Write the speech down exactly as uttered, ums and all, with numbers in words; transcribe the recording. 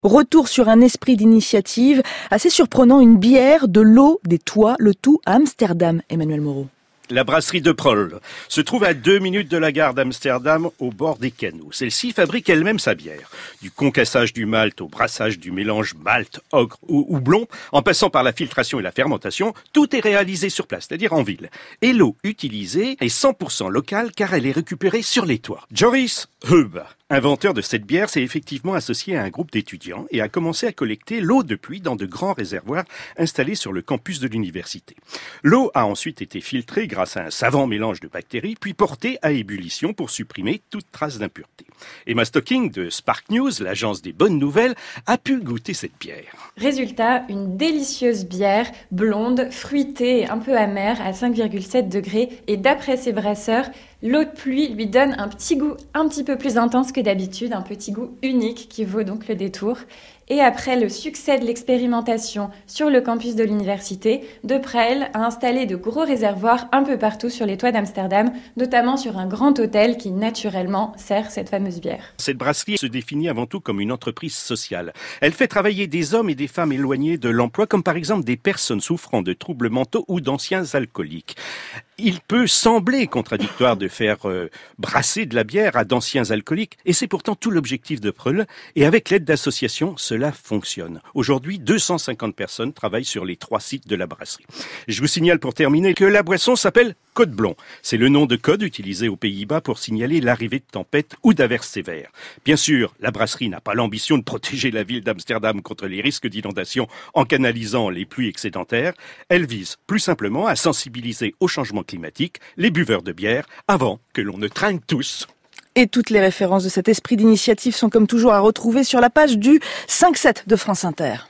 Retour sur un esprit d'initiative assez surprenant, une bière, de l'eau, des toits, le tout à Amsterdam, Emmanuel Moreau. La brasserie de Prol se trouve à deux minutes de la gare d'Amsterdam, au bord des canaux. Celle-ci fabrique elle-même sa bière. Du concassage du malt au brassage du mélange malt, ocre ou houblon, en passant par la filtration et la fermentation, tout est réalisé sur place, c'est-à-dire en ville. Et l'eau utilisée est cent pour cent locale car elle est récupérée sur les toits. Joris Hub, inventeur de cette bière, s'est effectivement associé à un groupe d'étudiants et a commencé à collecter l'eau de pluie dans de grands réservoirs installés sur le campus de l'université. L'eau a ensuite été filtrée grâce à un savant mélange de bactéries, puis portée à ébullition pour supprimer toute trace d'impureté. Emma Stocking de Spark News, l'agence des bonnes nouvelles, a pu goûter cette bière. Résultat, une délicieuse bière, blonde, fruitée et un peu amère à cinq virgule sept degrés. Et d'après ses brasseurs, l'eau de pluie lui donne un petit goût un petit peu plus intense que d'habitude, un petit goût unique qui vaut donc le détour. Et après le succès de l'expérimentation sur le campus de l'université, De Prel a installé de gros réservoirs un peu partout sur les toits d'Amsterdam, notamment sur un grand hôtel qui naturellement sert cette fameuse bière. Cette brasserie se définit avant tout comme une entreprise sociale. Elle fait travailler des hommes et des femmes éloignés de l'emploi, comme par exemple des personnes souffrant de troubles mentaux ou d'anciens alcooliques. Il peut sembler contradictoire de faire euh, brasser de la bière à d'anciens alcooliques, et c'est pourtant tout l'objectif de Prel. Et avec l'aide d'associations, cela fonctionne. Aujourd'hui, deux cent cinquante personnes travaillent sur les trois sites de la brasserie. Je vous signale pour terminer que la boisson s'appelle Code Blond. C'est le nom de code utilisé aux Pays-Bas pour signaler l'arrivée de tempêtes ou d'averses sévères. Bien sûr, la brasserie n'a pas l'ambition de protéger la ville d'Amsterdam contre les risques d'inondation en canalisant les pluies excédentaires. Elle vise plus simplement à sensibiliser au changement climatique les buveurs de bière avant que l'on ne trinque tous. Et toutes les références de cet esprit d'initiative sont comme toujours à retrouver sur la page du cinq sept de France Inter.